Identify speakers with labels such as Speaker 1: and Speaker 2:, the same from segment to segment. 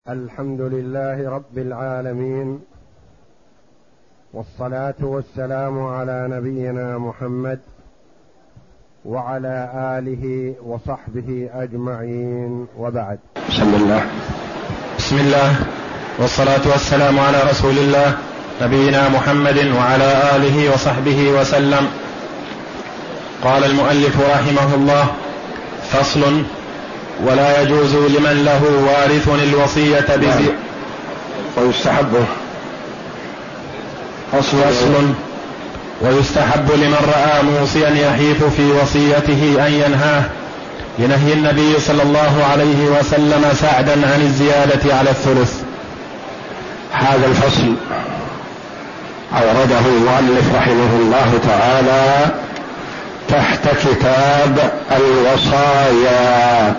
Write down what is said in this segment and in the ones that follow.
Speaker 1: الحمد لله رب العالمين، والصلاة والسلام على نبينا محمد وعلى آله وصحبه أجمعين، وبعد.
Speaker 2: بسم الله والصلاة والسلام على رسول الله نبينا محمد وعلى آله وصحبه وسلم. قال المؤلف رحمه الله: فصل: ولا يجوز لمن له وارث الوصية ويستحب لمن رأى موصيا يحيف في وصيته أن ينهاه، لنهي النبي صلى الله عليه وسلم سعدا عن الزيادة على الثلث.
Speaker 3: هذا الفصل أورده المؤلف رحمه الله تعالى تحت كتاب الوصايا.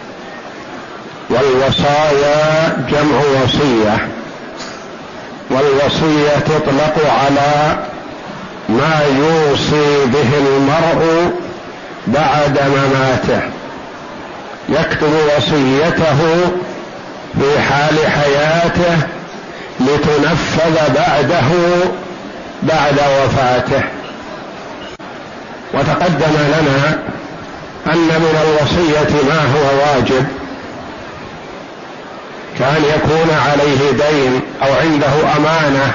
Speaker 3: والوصايا جمع وصية، والوصية تطلق على ما يوصي به المرء بعد مماته، يكتب وصيته في حال حياته لتنفذ بعد وفاته. وتقدم لنا أن من الوصية ما هو واجب، كان يكون عليه دين أو عنده أمانة،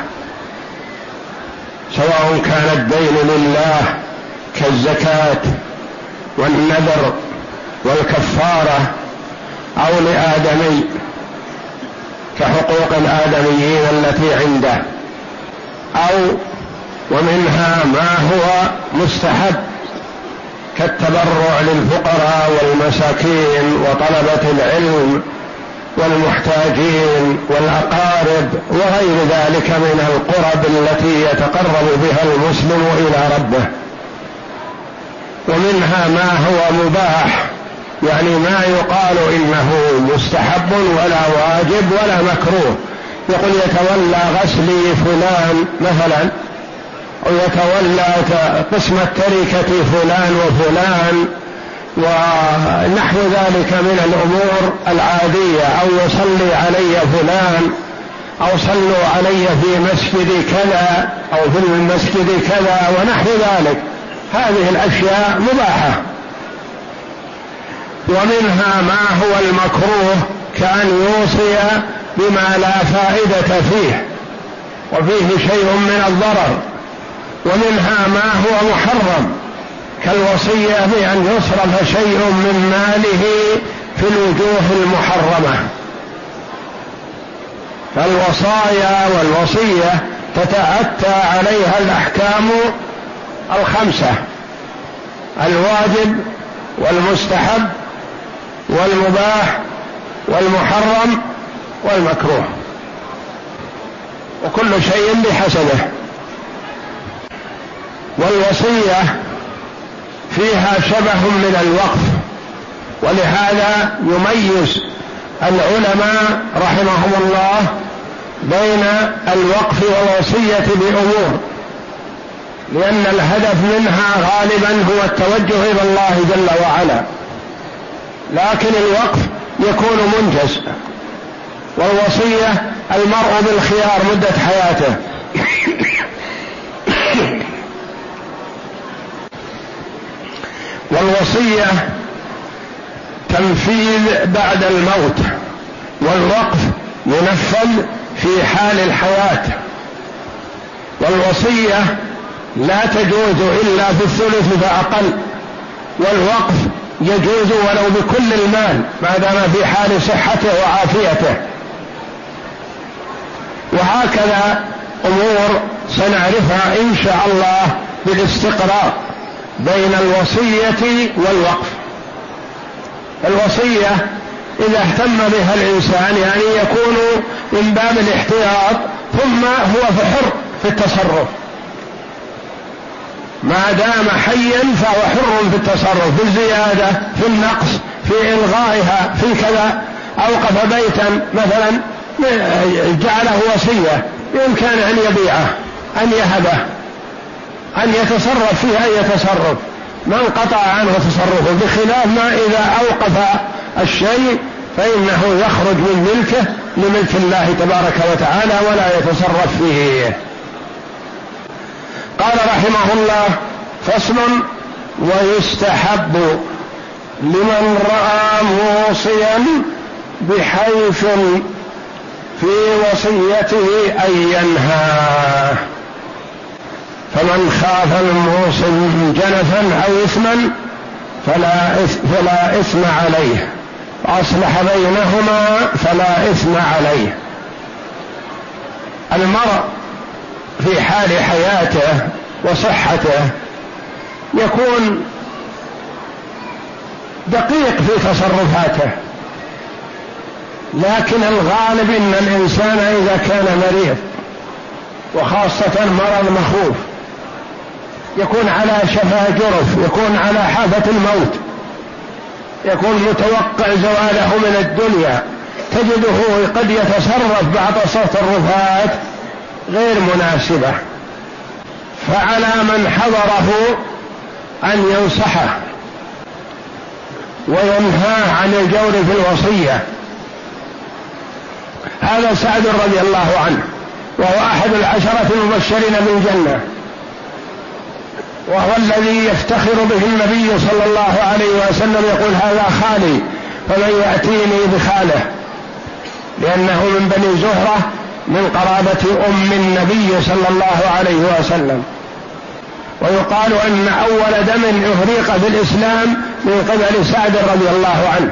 Speaker 3: سواء كان الدين لله كالزكاة والنذر والكفارة، أو لآدمي كحقوق الآدميين التي عنده، ومنها ما هو مستحب كالتبرع للفقراء والمساكين وطلبة العلم والمحتاجين والأقارب وغير ذلك من القرب التي يتقرب بها المسلم إلى ربه. ومنها ما هو مباح، يعني ما يقال إنه مستحب ولا واجب ولا مكروه، يقول يتولى غسلي فلان مثلا، أو يتولى قسم التركة فلان وفلان ونحو ذلك من الأمور العادية، أو يصلي علي فلان، أو صلوا علي في مسجد كذا أو في المسجد كذا ونحو ذلك. هذه الأشياء مباحة. ومنها ما هو المكروه، كأن يوصي بما لا فائدة فيه وفيه شيء من الضرر. ومنها ما هو محرم، كالوصية بأن يصرف شيء من ماله في الوجوه المحرمة. فالوصايا والوصية تتأتى عليها الأحكام الخمسة: الواجب والمستحب والمباح والمحرم والمكروه، وكل شيء بحسبه. والوصية فيها شبه من الوقف، ولهذا يميز العلماء رحمهم الله بين الوقف والوصية بأمور، لأن الهدف منها غالبا هو التوجه إلى الله جل وعلا، لكن الوقف يكون منجز، والوصية المرء بالخيار مدة حياته. والوصية تنفيذ بعد الموت، والوقف ينفذ في حال الحياة. والوصية لا تجوز إلا في الثلث فأقل، والوقف يجوز ولو بكل المال ما دام في حال صحته وعافيته. وهكذا أمور سنعرفها إن شاء الله بالاستقراء بين الوصية والوقف. الوصية إذا اهتم بها الإنسان يعني يكون من باب الاحتياط، ثم هو حر في التصرف، ما دام حيا فهو حر في التصرف، في الزيادة، في النقص، في إلغائها، في كذا. أوقف بيتا مثلا جعله وصية، بإمكان أن يبيعه، أن يهبه، أن يتصرف فيه أي تصرف، ما انقطع عنه تصرفه، بخلاف ما إذا أوقف الشيء فإنه يخرج من ملكه لملك الله تبارك وتعالى ولا يتصرف فيه. قال رحمه الله: فصل: ويستحب لمن رأى موصيا بحيف في وصيته أن ينهاه. فمن خاف الموصي جنفا أو إثما فلا إثم عليه، وأصلح بينهما فلا إثم عليه. المرء في حال حياته وصحته يكون دقيق في تصرفاته، لكن الغالب ان الانسان اذا كان مريض وخاصة مرض مخوف يكون على شفا جرف، يكون على حافة الموت، يكون متوقع زواله من الدنيا، تجده قد يتصرف بعض تصرفات غير مناسبة. فعلى من حضره أن ينصحه وينهاه عن الجور في الوصية. هذا سعد رضي الله عنه، وهو أحد العشرة المبشرين بالجنة، وهو الذي يفتخر به النبي صلى الله عليه وسلم، يقول: هذا خالي فمن يأتيني بخاله، لأنه من بني زهرة من قرابة أم النبي صلى الله عليه وسلم. ويقال أن أول دم أهريق في الإسلام من قبل سعد رضي الله عنه،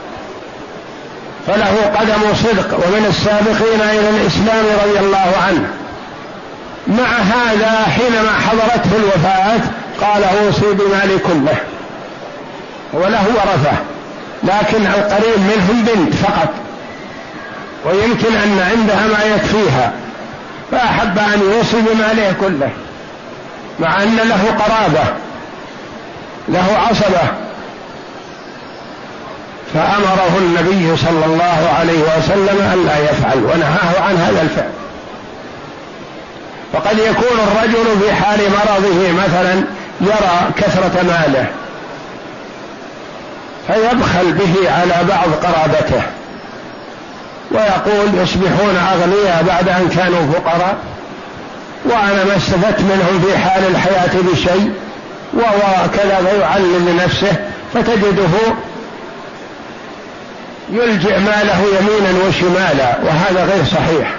Speaker 3: فله قدم صدق ومن السابقين إلى الإسلام رضي الله عنه. مع هذا حينما حضرته الوفاة قال: أوصي بمالي كله، وله ورثة، لكن القريب منهم بنت فقط، ويمكن أن عندها ما يكفيها، فأحب أن يوصي بماله كله، مع أن له قرابة، له عصبة. فأمره النبي صلى الله عليه وسلم ألا يفعل، ونهاه عن هذا الفعل. فقد يكون الرجل في حال مرضه مثلا يرى كثرة ماله فيبخل به على بعض قرابته، ويقول: يصبحون أغنياء بعد أن كانوا فقراء، وأنا ما استفدت منهم في حال الحياة بشيء، وهو كذا، فيعلل لنفسه، فتجده يلجئ ماله يمينا وشمالا، وهذا غير صحيح.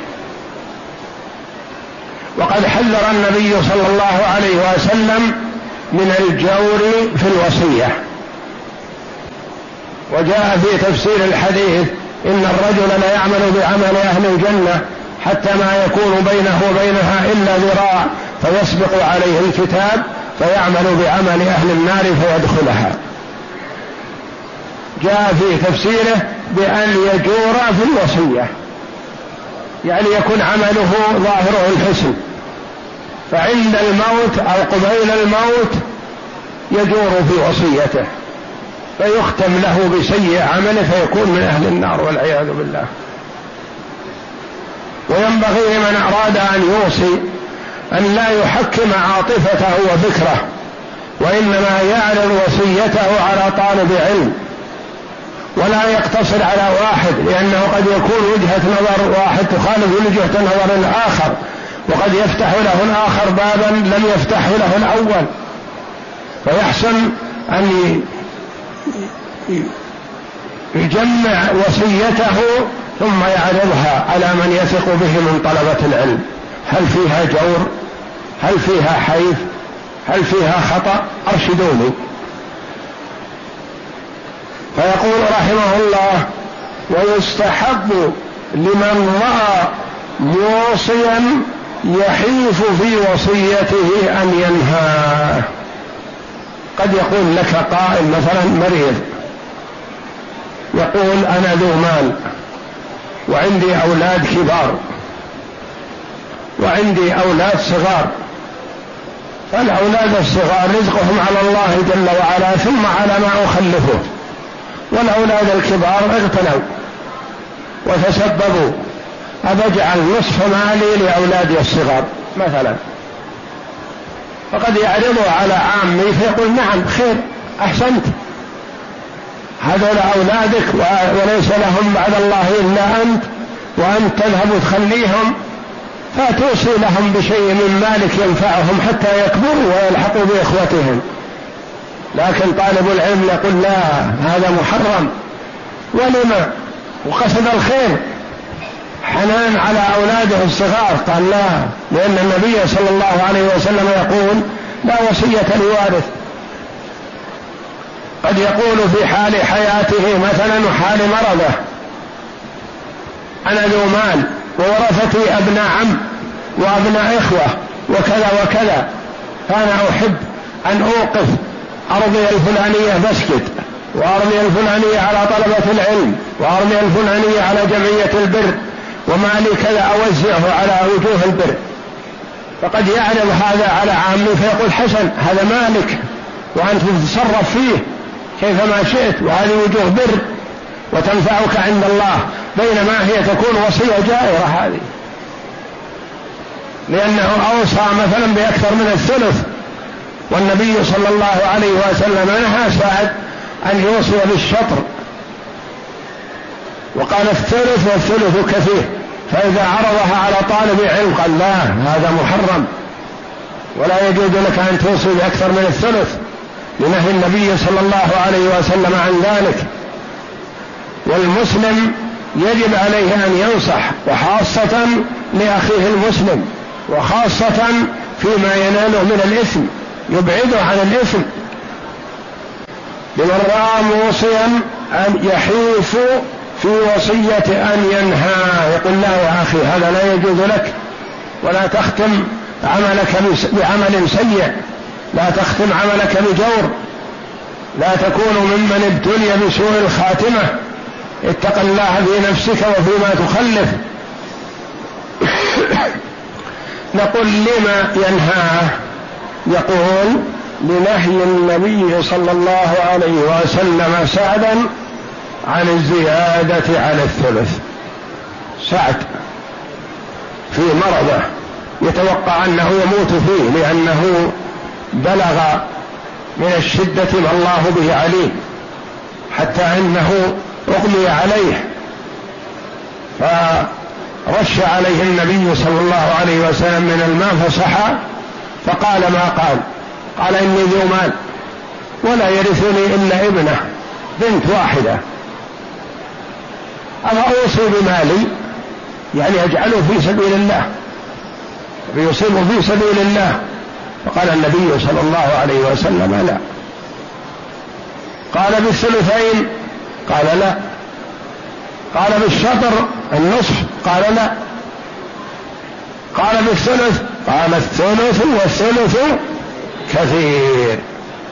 Speaker 3: وقد حذر النبي صلى الله عليه وسلم من الجور في الوصية. وجاء في تفسير الحديث: إن الرجل لا يعمل بعمل أهل الجنة حتى ما يكون بينه وبينها إلا ذراع، فيسبق عليه الكتاب فيعمل بعمل أهل النار فيدخلها. جاء في تفسيره بأن يجور في الوصية، يعني يكون عمله ظاهره الحسن، فعند الموت أو قبيل الموت يجور في وصيته، فيختم له بسيء عمله فيكون من أهل النار والعياذ بالله. وينبغي لمن أراد أن يوصي أن لا يحكم عاطفته وفكره، وإنما يعرض وصيته على طالب علم، ولا يقتصر على واحد، لأنه قد يكون وجهة نظر واحد تخالف وجهة نظر الآخر، وقد يفتح له الآخر بابا لم يفتحه له الأول، فيحسن أن يجمع وصيته ثم يعرضها على من يثق به من طلبة العلم. هل فيها جور؟ هل فيها حيف؟ هل فيها خطأ؟ أرشدوني. فيقول رحمه الله: ويستحب لمن رأى موصيا يحيف في وصيته أن ينهاه. قد يقول لك قائل مثلا مريض يقول: أنا ذو مال وعندي أولاد كبار وعندي أولاد صغار، فالأولاد الصغار رزقهم على الله جل وعلا ثم على ما أخلفه، والأولاد الكبار اغتنوا وتسببوا، أبجعل نصف مالي لأولادي الصغار مثلا. فقد يعرضه على عامي فيقول: نعم خير، أحسنت، هذول أولادك وليس لهم بعد الله إلا أنت، وأنت تذهب وتخليهم، فتوصي لهم بشيء من مالك ينفعهم حتى يكبروا ويلحقوا بإخوتهم. لكن طالب العلم يقول لا، هذا محرم. ولما؟ وقصد الخير، حنان على أولاده الصغار. قال لا، لأن النبي صلى الله عليه وسلم يقول لا وصية لوارث. قد يقول في حال حياته مثلا وحال مرضه أنا ذو مال وورثتي أبناء عم وأبناء إخوة وكذا وكذا، فأنا أحب أن أوقف أرضي الفلانية مسجد، وأرضي الفلانية على طلبة العلم، وأرضي الفلانية على جمعية البر، ومالي كذا أوزعه على وجوه البر. فقد يعرض هذا على عامه فيقول حسن، هذا مالك وأنت تتصرف فيه كيفما شئت، وهذه وجوه بر وتنفعك عند الله، بينما هي تكون وصية جائرة هذه، لأنه أوصى مثلا بأكثر من الثلث، والنبي صلى الله عليه وسلم نهى سعد أن يوصي بالشطر، وقال الثلث والثلث كثير. فإذا عرضها على طالب علم قال لا، هذا محرم ولا يجوز لك أن توصي بأكثر من الثلث، لنهي النبي صلى الله عليه وسلم عن ذلك. والمسلم يجب عليه أن ينصح، وخاصة لأخيه المسلم، وخاصة فيما يناله من الإثم، يبعده عن الإثم. لمن رأى موصيا أن يحيف في وصية أن ينهى، يقول لا يا أخي، هذا لا يجوز لك، ولا تختم عملك بعمل سيء، لا تختم عملك بجور، لا تكون ممن ابتلي بسوء الخاتمة، اتق الله في نفسك وفيما تخلف. نقول لما ينهاه؟ يقول لنهي النبي صلى الله عليه وسلم سعدا عن الزيادة على الثلث. سعد في مرضه يتوقع أنه يموت فيه، لأنه بلغ من الشدة ما الله به عليم، حتى إنه أغمي عليه، فرش عليه النبي صلى الله عليه وسلم من الماء فصحى، فقال ما قال إني ذو مال ولا يرثني إلا ابنه بنت واحدة، أفأوصي بمالي؟ يعني أجعله في سبيل الله، فيصيبه في سبيل الله. فقال النبي صلى الله عليه وسلم لا. قال بالثلثين؟ قال لا. قال بالشطر النصف؟ قال لا. قال بالثلث؟ قال الثلث والثلث كثير،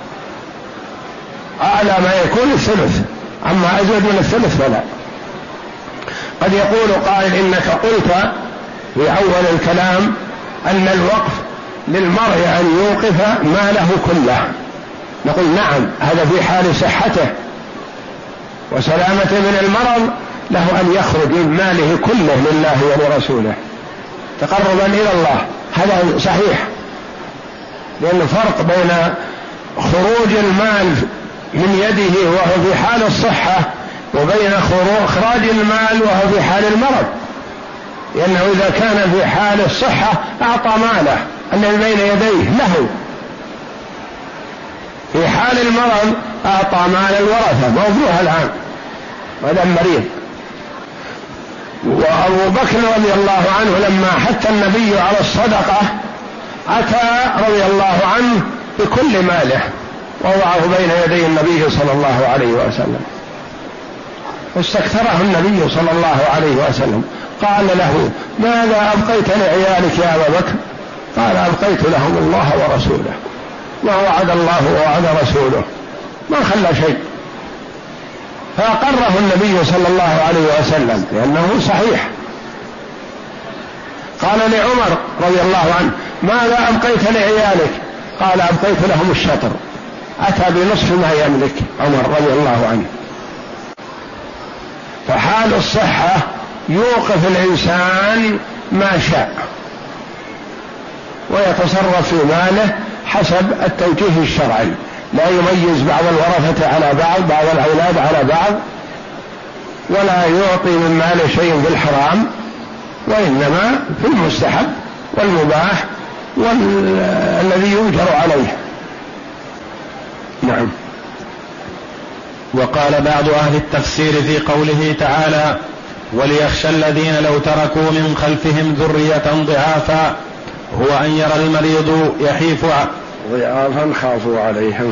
Speaker 3: أعلى ما يكون الثلث، أما أزيد من الثلث فلا. قد يقول قائل إنك قلت في أول الكلام أن الوقف للمرء أن يوقف ماله كله. نقول نعم، هذا في حال صحته وسلامته من المرض، له أن يخرج من ماله كله لله ولرسوله تقربا إلى الله، هذا صحيح. لأن فرق بين خروج المال من يده وهو في حال الصحة وبين إخراج المال وهو في حال المرض، لأنه إذا كان في حال الصحة أعطى ماله الذي بين يديه له، في حال المرض أعطى مال الورثة موضوع الآن وهذا مريض. وأبو بكر رضي الله عنه لما حث النبي على الصدقة أتى رضي الله عنه بكل ماله ووضعه بين يدي النبي صلى الله عليه وسلم، فاستكثره النبي صلى الله عليه وسلم. قال له ماذا أبقيت لعيالك يا أبا بكر؟ قال أبقيت لهم الله ورسوله، ما وعد الله ووعد رسوله، ما خلى شيء. فأقره النبي صلى الله عليه وسلم لأنه صحيح. قال لعمر رضي الله عنه ماذا أبقيت لعيالك؟ قال أبقيت لهم الشطر، أتى بنصف ما يملك عمر رضي الله عنه. فحال الصحة يوقف الإنسان ما شاء ويتصرف في ماله حسب التوجيه الشرعي، لا يميز بعض الورثة على بعض، بعض الأولاد على بعض، ولا يعطي من مال شيء في الحرام، وإنما في المستحب والمباح والذي يؤجر عليه. نعم.
Speaker 2: وقال بعض أهل التفسير في قوله تعالى: وليخشى الذين لو تركوا من خلفهم ذرية ضعافا، هو أن يرى المريض يحيف
Speaker 3: ضعافا خافوا عليهم.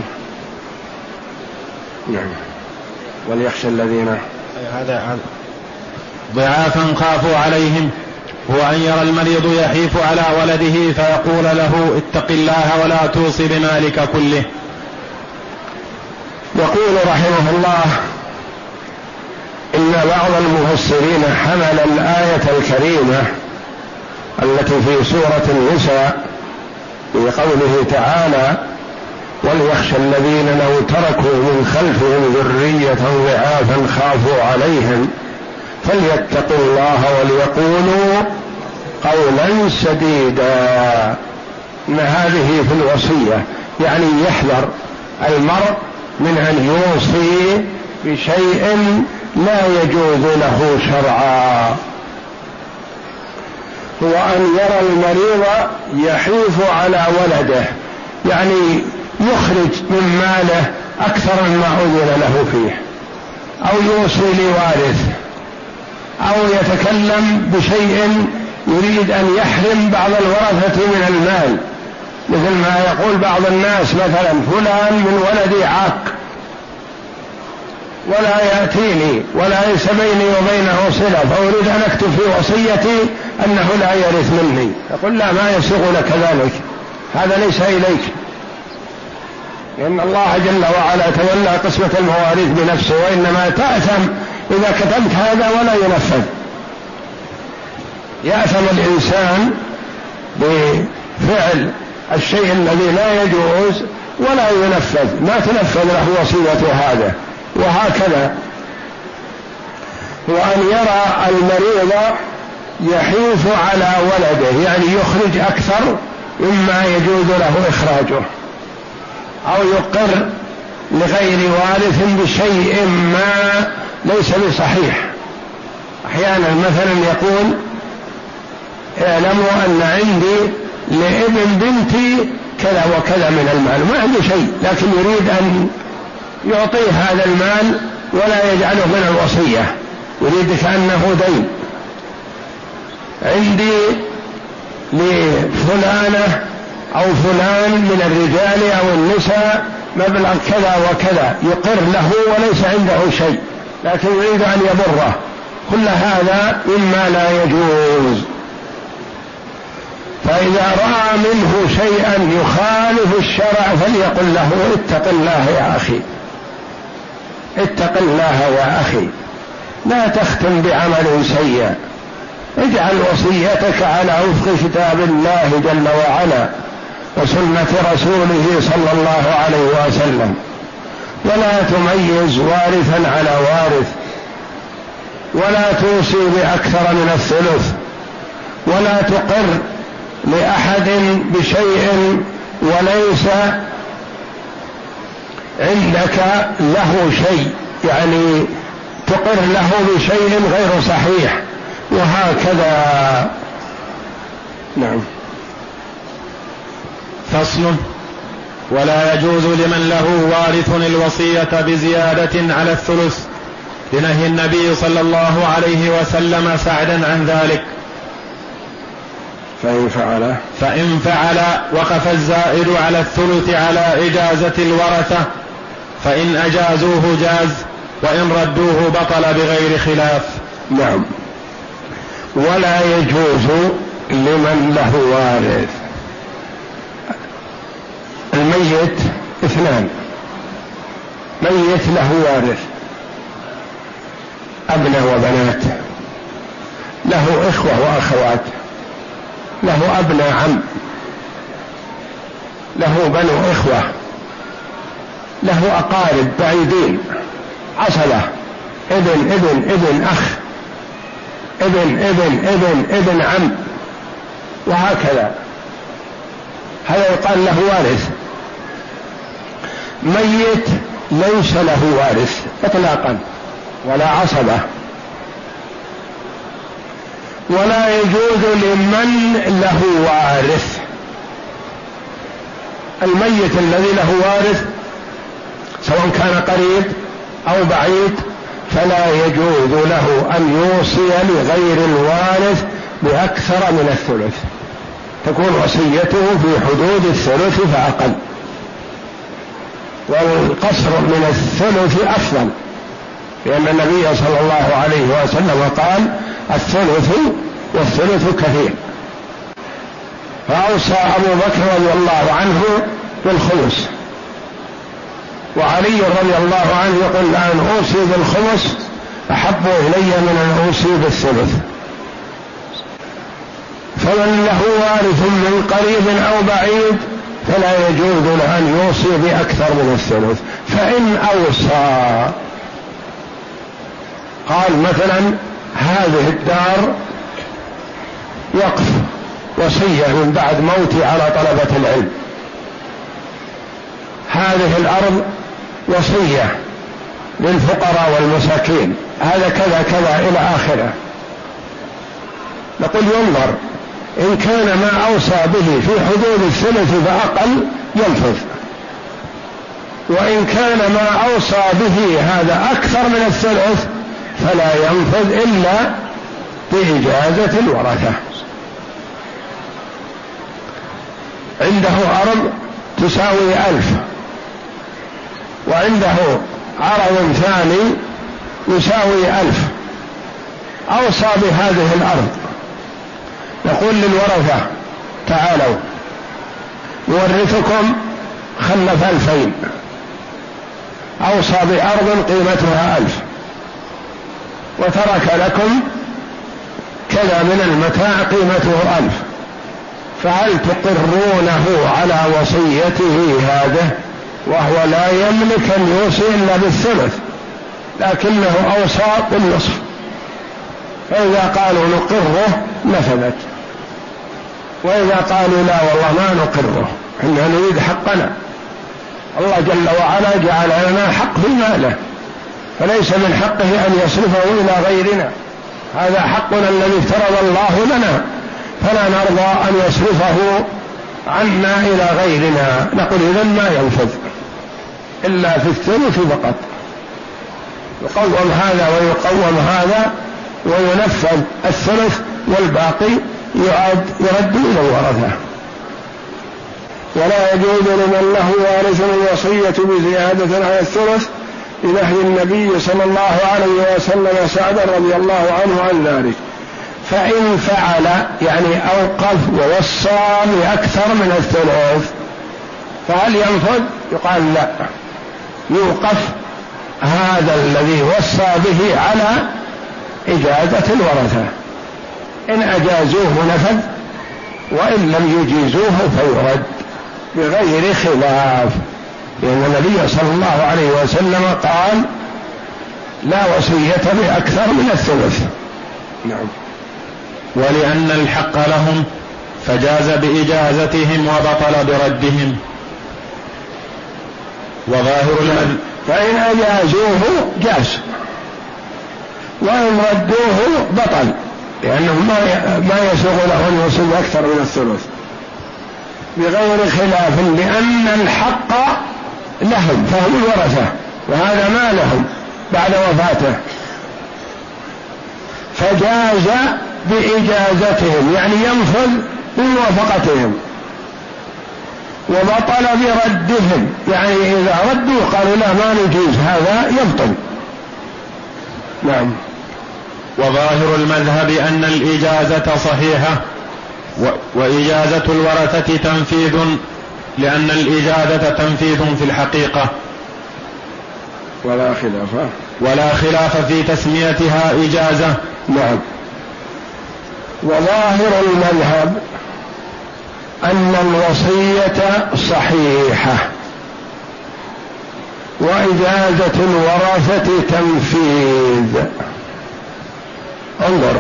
Speaker 3: نعم. وليخشى الذين
Speaker 2: هذا ضعافا خافوا عليهم، هو أن يرى المريض يحيف على ولده فيقول له: اتق الله ولا توصي بمالك كله.
Speaker 3: يقول رحمه الله: إن بعض المفسرين حمل الآية الكريمة التي في سورة النساء في قوله تعالى: وليخشى الذين لو تركوا من خلفهم ذرية ضعافا خافوا عليهم فليتقوا الله وليقولوا قولا سديدا. إن هذه في الوصية، يعني يحذر المرء من أن يوصي بشيء لا يجوز له شرعا. هو أن يرى المريض يحيف على ولده، يعني يخرج من ماله أكثر مما أذن له فيه، أو يوصي لوارث، أو يتكلم بشيء يريد أن يحرم بعض الورثة من المال، مثل ما يقول بعض الناس مثلا: فلان من ولدي عاق ولا يأتيني ولا ليس بيني وبينه صلة، فأريد أن أكتب في وصيتي أنه لا يرث مني. يقول: لا، ما يسوغ لك ذلك، هذا ليس إليك، لأن الله جل وعلا تولى قسمة المواريث بنفسه، وإنما تأثم إذا كتبت هذا ولا ينفذ. يأثم الإنسان بفعل الشيء الذي لا يجوز ولا ينفذ، ما تنفذ له وصية هذا. وهكذا هو أن يرى المريض يحيف على ولده، يعني يخرج أكثر مما يجوز له إخراجه، أو يقر لغير وارث بشيء ما ليس بصحيح. أحيانا مثلا يقول: اعلموا أن عندي لابن بنتي كذا وكذا من المال، ما عنده شيء، لكن يريد أن يعطيه هذا المال ولا يجعله من الوصية، يريد كأنه دين. عندي لفلانة أو فلان من الرجال أو النساء مبلغ كذا وكذا، يقر له وليس عنده شيء، لكن يريد أن يبره. كل هذا مما لا يجوز. فإذا رأى منه شيئا يخالف الشرع فليقل له: اتق الله يا أخي، اتق الله يا أخي، لا تختم بعمل سيء، اجعل وصيتك على وفق كتاب الله جل وعلا وسنة رسوله صلى الله عليه وسلم، ولا تميز وارثا على وارث، ولا توصي بأكثر من الثلث، ولا تقر لأحد بشيء وليس عندك له شيء، يعني تقر له بشيء غير صحيح، وهكذا. نعم.
Speaker 2: فصل: ولا يجوز لمن له وارث الوصية بزيادة على الثلث، لنهي النبي صلى الله عليه وسلم سعدا عن ذلك. فإن فعل وقف الزائد على الثلث على إجازة الورثة، فإن أجازوه جاز، وإن ردوه بطل بغير خلاف.
Speaker 3: نعم. ولا يجوز لمن له وارث. الميت اثنان: ميت له وارث، أبناء وبنات، له إخوة وأخوات، له أبناء عم، له بنو إخوة، له أقارب بعيدين، عصبة، ابن ابن ابن أخ، ابن ابن ابن ابن عم، وهكذا. هذا يقال له وارث. ميت ليس له وارث إطلاقا، ولا عصبة ولا يجوز لمن له وارث. الميت الذي له وارث سواء كان قريب أو بعيد فلا يجوز له أن يوصي لغير الوارث بأكثر من الثلث، تكون وصيته في حدود الثلث فأقل، والقصر من الثلث أفضل، لأن النبي صلى الله عليه وسلم قال الثلث والثلث كثير. فأوصى أبو بكر رضي الله عنه بالخمس، وعلي رضي الله عنه يقول الآن أوصي بالخمس أحب إلي من أن أوصي بالثلث. فمن له وارث من قريب أو بعيد فلا يجوز له أن يوصي بأكثر من الثلث. فإن أوصى قال مثلا هذه الدار وقف وصية من بعد موتي على طلبة العلم، هذه الأرض وصية للفقراء والمساكين، هذا كذا كذا إلى آخره، نقول ينظر إن كان ما أوصى به في حدود الثلث فأقل ينفذ، وإن كان ما أوصى به هذا أكثر من الثلث فلا ينفذ إلا بإجازة الورثة. عنده أرض تساوي 1000 وعنده عرض ثاني يساوي 1000، أوصى بهذه الأرض، نقول للورثة تعالوا يورثكم خلف 2000، أوصى بأرض قيمتها 1000 وترك لكم كذا من المتاع قيمته 1000، فهل تقرونه على وصيته هذا وهو لا يملك أن يوصي إلا بالثلث لكنه أوصى بالنصف؟ فإذا قالوا نقره نفذت، وإذا قالوا لا والله ما نقره إحنا نريد حقنا، الله جل وعلا جعل لنا حق في ماله فليس من حقه أن يصرفه إلى غيرنا، هذا حقنا الذي افترض الله لنا، فلا نرضى أن يصرفه عنا إلى غيرنا، نقول إذن ما ينفذ إلا في الثلث فقط، يقوم هذا ويقوم هذا وينفذ الثلث والباقي يرد إلى الورثة. ولا يجوز لمن له وارث الوصية بزيادة على الثلث لنهي النبي صلى الله عليه وسلم سعدا رضي الله عنه عن ذلك. فإن فعل يعني أوقف ووصى بأكثر من الثلث فهل ينفذ؟ يقال لا، يوقف هذا الذي وصى به على إجازة الورثة، إن أجازوه نفذ وإن لم يجيزوه فيرد بغير خلاف، لأن النبي صلى الله عليه وسلم قال لا وصية بأكثر من الثلث. نعم.
Speaker 2: ولأن الحق لهم فجاز بإجازتهم وبطل بردهم. وظاهر
Speaker 3: فإن أجازوه جاز وإن ردوه بطل، لأنه ما يسوغ له أن يوصل أكثر من الثلث بغير خلاف، لأن الحق لهم فهم الورثة وهذا ما لهم بعد وفاته، فجاز بإجازتهم يعني ينفذ بموافقتهم، وبطل بردهم يعني إذا ردوا قالوا لا ما نجيز هذا يبطل. نعم.
Speaker 2: وظاهر المذهب أن الإجازة صحيحة وإجازة الورثة تنفيذ، لأن الإجازة تنفيذ في الحقيقة ولا خلاف في تسميتها إجازة.
Speaker 3: نعم. وظاهر المذهب أن الوصية صحيحة وإجازة الورثة تنفيذ. انظر،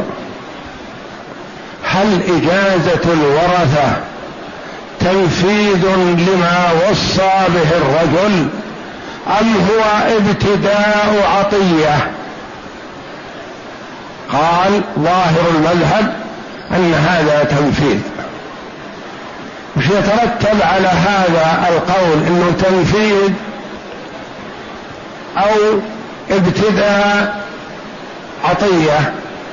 Speaker 3: هل إجازة الورثة تنفيذ لما وصى به الرجل أم هو ابتداء عطية؟ قال ظاهر المذهب أن هذا تنفيذ. وش يترتب على هذا القول انه تنفيذ او ابتداء عطية؟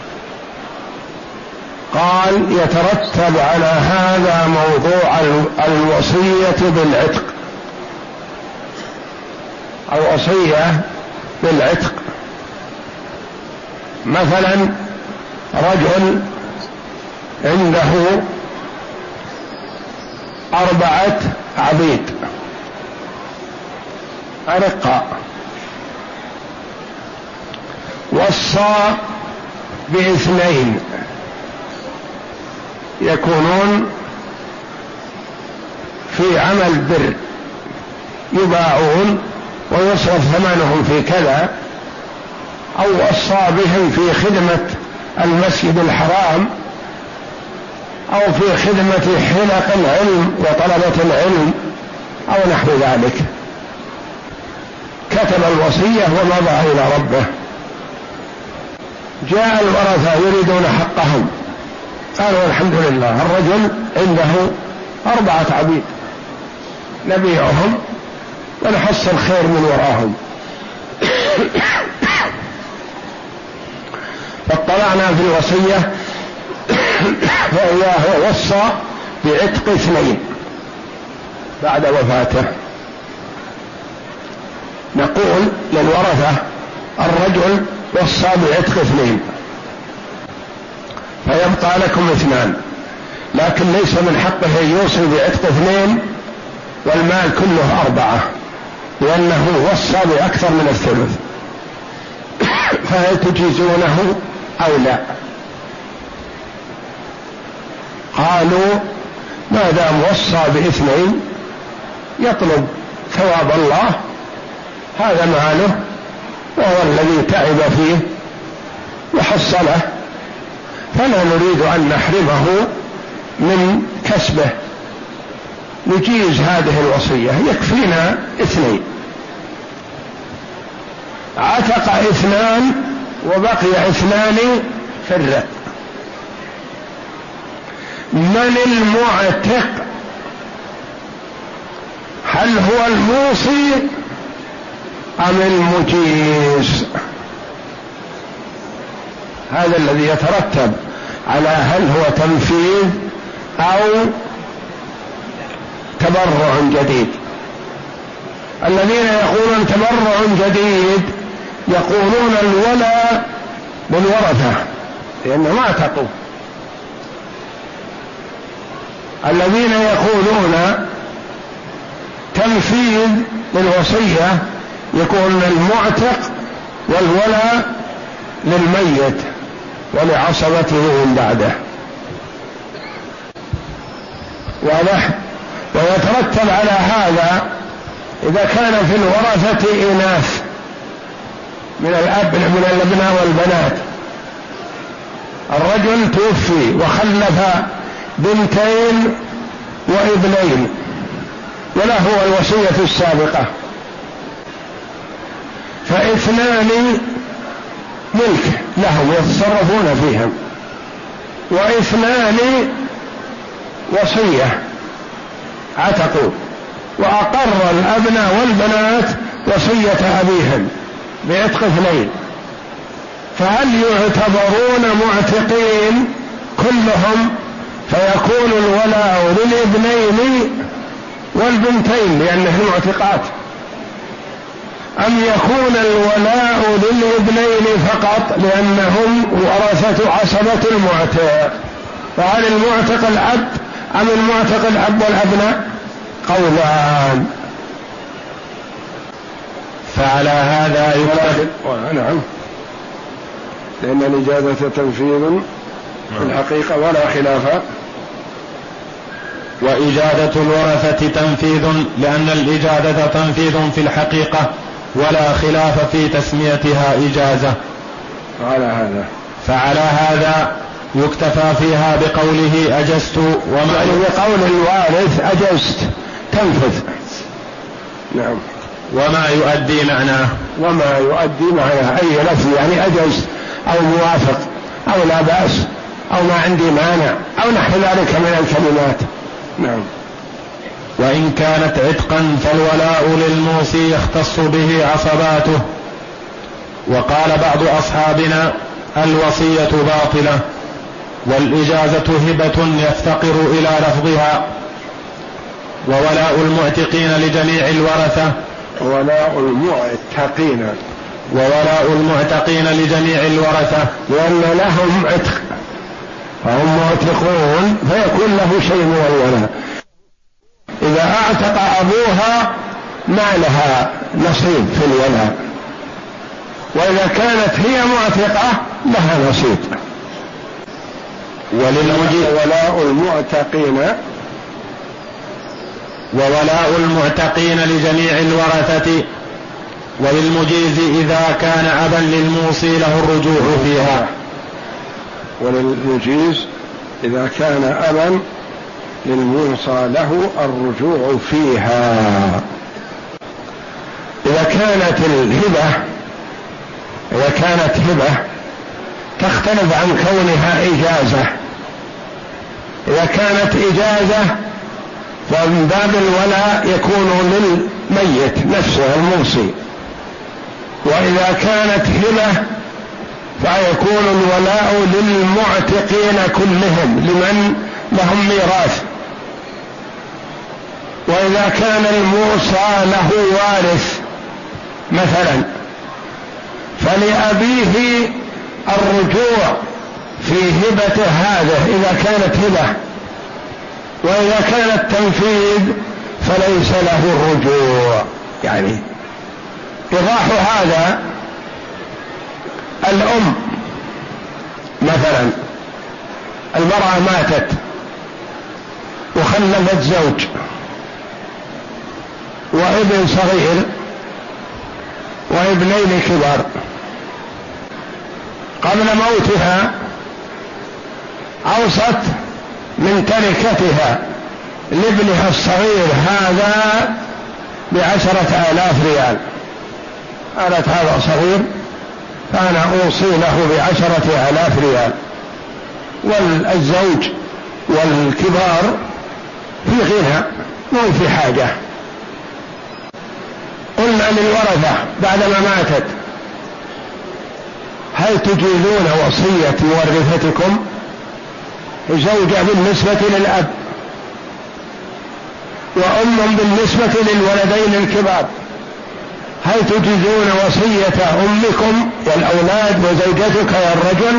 Speaker 3: قال يترتب على هذا موضوع الوصية بالعتق، الوصية بالعتق. مثلا رجل عنده 4 عبيد أرقاء، وصى ب2 يكونون في عمل بر، يباعون ويصرف ثمنهم في كذا، أو وصى بهم في خدمة المسجد الحرام أو في خدمة حلق العلم وطلبة العلم أو نحو ذلك. كتب الوصية ومضى إلى ربه. جاء الورثة يريدون حقهم، قالوا الحمد لله الرجل عنده 4 عبيد نبيعهم ونحصل خير من وراهم. فاطلعنا في الوصية فإياه وصى بعتق 2 بعد وفاته. نقول للورثة الرجل وصى بعتق 2 فيبقى لكم 2، لكن ليس من حقه أن يوصي بعتق 2 والمال كله 4، لأنه وصى بأكثر من الثلث. فهل تجيزونه أو لا؟ قالوا ما دام وصى ب2 يطلب ثواب الله، هذا ماله وهو الذي تعب فيه وحصله، فلا نريد أن نحرمه من كسبه، نجيز هذه الوصية، يكفينا 2. عتق 2 وبقي 2 في الرق. من المعتق؟ هل هو الموصي أم المجيز؟ هذا الذي يترتب على هل هو تنفيذ أو تبرع جديد. الذين يقولون تبرع جديد يقولون الولاء بالورثة لأنهم اعتقوا. الذين يقولون تنفيذ للوصية يكون المعتق والولاء للميت ولعصبته من بعده. واضح؟ ويترتب على هذا إذا كان في الورثة إناث من الأبناء والبنات، الرجل توفي وخلف 2 وابنين وله الوصية السابقة، ف2 ملك لهم يتصرفون فيهم، و2 وصية عتقوا، وأقر الأبناء والبنات وصية أبيهم بعتق 2، فهل يعتبرون معتقين كلهم فيكون الولاء للابنين والبنتين لأنهم معتقات، أم يكون الولاء للابنين فقط لأنهم ورثة عصبة المعتق؟ فهل المعتق الأب أم المعتق الأب والأبناء؟ قولان.
Speaker 2: فعلى هذا يكتب
Speaker 3: نعم، لأن الإجازة تنفيذ في الحقيقة ولا خلاف.
Speaker 2: وإجازة الورثة تنفيذ لأن الإجازة تنفيذ في الحقيقة ولا خلاف في تسميتها إجازة. فعلى هذا يكتفى فيها بقوله أجزت، وما
Speaker 3: يعني بقول الوارث أجزت تنفذ. نعم.
Speaker 2: وما يؤدي معناه،
Speaker 3: وما يؤدي معناه أي لفظ يعني أجزت أو موافق أو لا بأس أو ما عندي مانع أو نحو ذلك من الكلمات. نعم.
Speaker 2: وإن كانت عتقا فالولاء للموصي يختص به عصباته. وقال بعض أصحابنا الوصية باطلة والإجازة هبة يفتقر إلى لفظها. وولاء المعتقين لجميع الورثة وولاء المعتقين لجميع الورثة
Speaker 3: لأن لهم عتق فهم معتقون فيكون له شيء من الولاء. إذا اعتق أبوها ما لها نصيب في الولاء، وإذا كانت هي معتقة لها نصيب.
Speaker 2: وولاء المعتقين لجميع الورثة وللمجيز إذا كان أبا للموصي له الرجوع فيها.
Speaker 3: وللمجيز إذا كان أبا للموصى له الرجوع فيها. إذا كانت هبة تختلف عن كونها إجازة. إذا كانت إجازة فمن باب الولاء يكون للميت نفسه الموصي، وإذا كانت هبة فيكون الولاء للمعتقين كلهم لمن لهم ميراث. وإذا كان الموصى له وارث مثلا فلأبيه الرجوع في هبة هذا إذا كانت هبة، وإذا كانت تنفيذ فليس له الرجوع. يعني إيضاح هذا: الأم مثلا المرأة ماتت وخلفت زوج وابن صغير وابنين كبار. قبل موتها أوصت من تركتها لابنها الصغير هذا ب10,000 ريال. قالت هذا صغير فأنا أوصي له ب10,000 ريال، والزوج والكبار في غنى مو في حاجة. قلنا للورثة بعدما ماتت: هل تجيزون وصية مورثتكم؟ زوجة بالنسبة للأب، وأم بالنسبة للولدين الكبار، هل تجيزون وصية أمكم يا الأولاد وزوجتك يا الرجل؟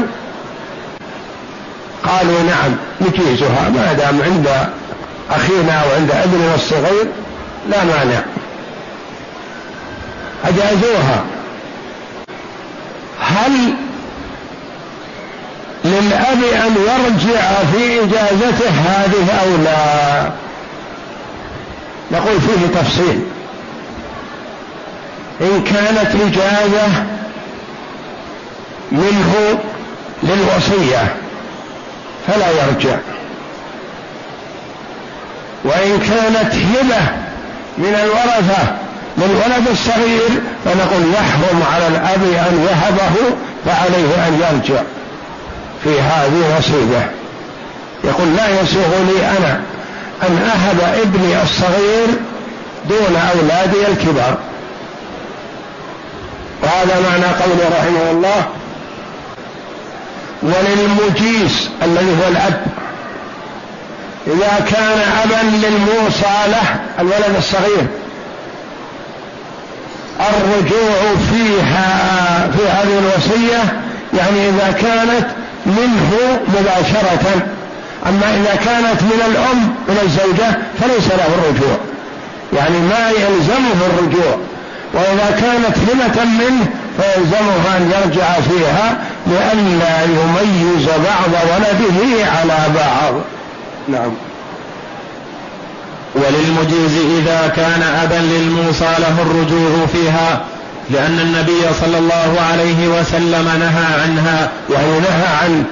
Speaker 3: قالوا نعم نجيزها ما دام عند أخينا وعند ابننا الصغير لا مانع، أجازوها. هل للأب أن يرجع في إجازته هذه أو لا؟ نقول فيه تفصيل. إن كانت إجازة منه للوصية فلا يرجع، وإن كانت هبة من الورثة للولد الصغير فنقول يحرم على الأب أن يهبه فعليه أن يرجع في هذه نصيبه. يقول لا يسوغ لي أنا أن أهب ابني الصغير دون أولادي الكبار. وهذا معنى قوله رحمه الله: وللمجيز الذي هو الأب إذا كان أبا للموصى له الولد الصغير الرجوع فيها في هذه الوصية، يعني إذا كانت منه مباشرة. أما إذا كانت من الأم من الزوجة فليس له الرجوع، يعني ما يلزمه الرجوع. وإذا كانت هبة منه فيلزمه أن يرجع فيها لئلا يميز بعض ولده على بعض. نعم.
Speaker 2: وللمجيز إذا كان أبا للموصى له الرجوع فيها، لأن النبي صلى الله عليه وسلم نهى عنها،
Speaker 3: يعني نهى عن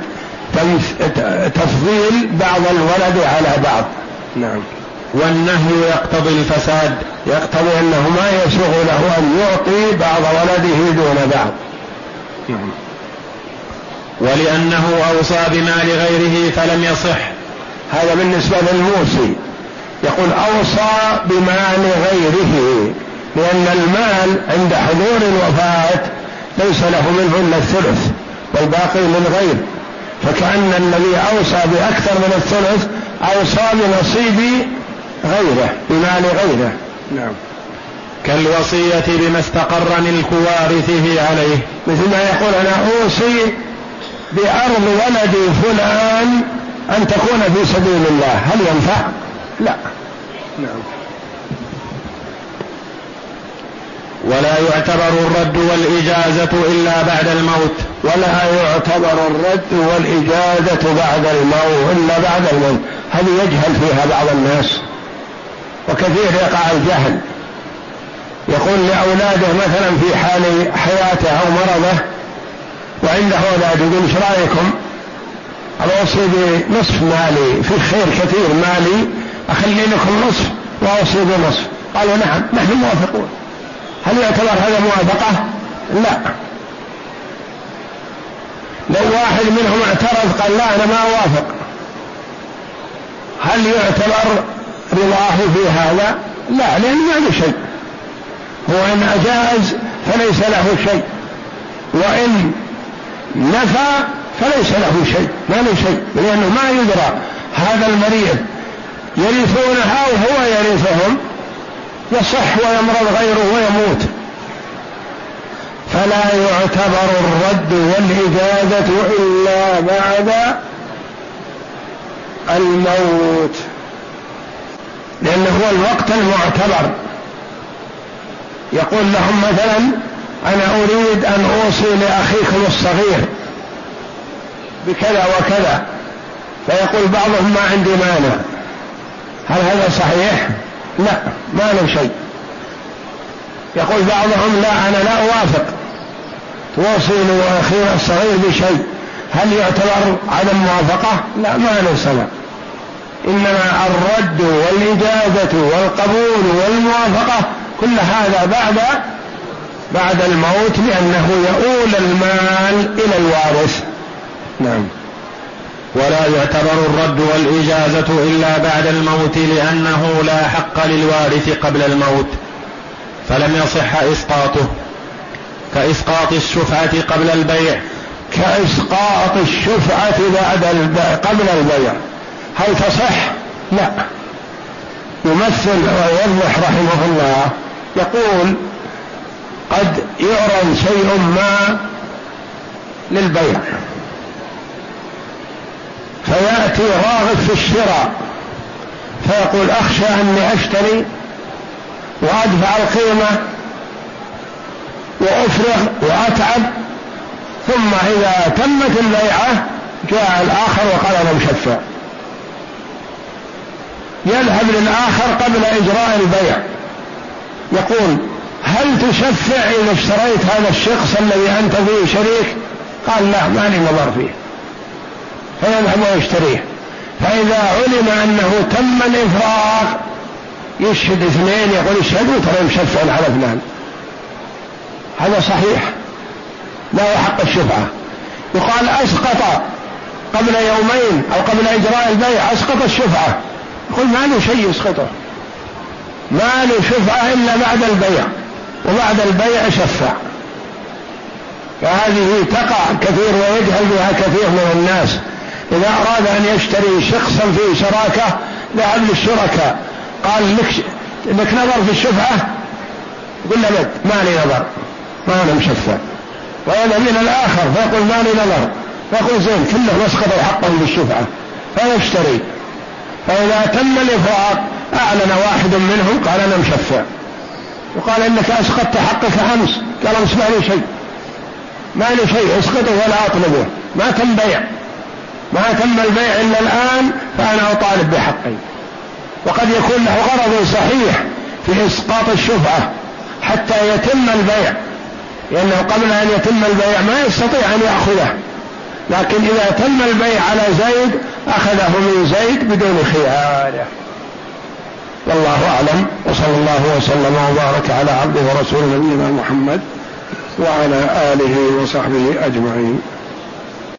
Speaker 3: تفضيل بعض الولد على بعض. نعم.
Speaker 2: والنهي يقتضي الفساد،
Speaker 3: يقتضي أنه ما يسوغ له أن يعطي بعض ولده دون بعض. نعم.
Speaker 2: ولأنه أوصى بمال غيره فلم يصح.
Speaker 3: هذا بالنسبة للموصي، يقول أوصى بمال غيره، لأن المال عند حضور الوفاة ليس له منه إلا الثلث والباقي للغير، فكأن الذي أوصى بأكثر من الثلث أوصى بنصيب غيره بمال غيره. نعم.
Speaker 2: كالوصية بما استقر ملك وارثه عليه،
Speaker 3: مثل ما يقول أنا أوصي بأرض ولدي فلان أن تكون في سبيل الله، هل ينفع؟ لا. نعم.
Speaker 2: ولا يعتبر الرد والإجازة إلا بعد الموت.
Speaker 3: ولا يعتبر الرد والإجازة بعد الموت إلا بعد الموت. هذه يجهل فيها بعض الناس، وكثير يقع الجهل. يقول لأولاده مثلا في حال حياته أو مرضه وعنده أولاد، يقول ايش رأيكم؟ أوصي بنصف مالي، في خير كثير مالي، أخلي لكم نصف وأوصي بنصف. قالوا نعم نحن موافقون. هل يعتبر هذا موافقة؟ لا. لو واحد منهم اعترض قال لا أنا ما أوافق، هل يعتبر رضاه في هذا؟ لا، لأنه ما له شيء. هو إن أجاز فليس له شيء، وإن نفى فليس له شيء، ما له شيء، لأنه ما يدرى هذا المريض يرثونه أو هو يرثهم، يصح ويمرض غيره ويموت. فلا يعتبر الرد والإجازة إلا بعد الموت، لأنه هو الوقت المعتبر. يقول لهم مثلا أنا أريد أن أوصي لأخيكم الصغير بكذا وكذا، فيقول بعضهم ما عندي مانع. هل هذا صحيح؟ لا، ما له شيء. يقول بعضهم لا أنا لا أوافق، توصي لأخينا الصغير بشيء، هل يعتبر عدم موافقة؟ لا، ما له صلاة. إنما الرد والإجازة والقبول والموافقة كل هذا بعد الموت، لأنه يؤول المال إلى الوارث. نعم.
Speaker 2: ولا يعتبر الرد والإجازة إلا بعد الموت، لأنه لا حق للوارث قبل الموت، فلم يصح إسقاطه، كإسقاط الشفعة قبل البيع.
Speaker 3: كإسقاط الشفعة قبل البيع، هل تصح؟ لا. يمثل ويوضح رحمه الله، يقول قد يعرض شيء ما للبيع، فيأتي راغب في الشراء فيقول أخشى أني أشتري وأدفع القيمة وأفرغ وأتعب، ثم إذا تمت البيعة جاء الآخر وقال أنا مشفع، يذهب للآخر قبل إجراء البيع يقول هل تشفع إذا اشتريت هذا الشخص الذي أنت فيه شريك؟ قال لا، ما لي نظر فيه، فيذهب ويشتريه. فإذا علم أنه تم الإفراغ يشهد اثنين، يقول اشهدوا ترى مشفع على فلان، هذا صحيح، لا يحق الشفعة. يقال أسقط قبل يومين أو قبل إجراء البيع، أسقط الشفعة، يقول ما له شيء يسقطه، ما له شفعة إلا بعد البيع، وبعد البيع شفع. فهذه تقع كثير ويجهل بها كثير من الناس. إذا أراد أن يشتري شخصا في شراكة ذهب للشركاء قال لك نظر في الشفعة، يقول له بد، ما لي نظر، ما أنا مشفع. ويذهب إلى الآخر فيقول ما لي نظر، فيقول زين كله نسقط حقهم بالشفعة فيشتري. فإذا تم الإفراغ أعلن واحد منهم قال أنا مشفع، وقال إنك أسقطت حقك أمس، قال أمس ما لي شيء، ما لي شيء، اسقطه ولا أطلبه، ما تم بيع، ما تم البيع إلا الآن، فأنا أطالب بحقي. وقد يكون له غرض صحيح في إسقاط الشفعة حتى يتم البيع، لأنه قبل أن يتم البيع ما يستطيع أن يأخذه، لكن إذا تم البيع على زيد أخذه من زيد بدون خيانة. والله أعلم، وصلى الله وسلم وبارك على عبده ورسوله نبينا محمد وعلى آله وصحبه أجمعين.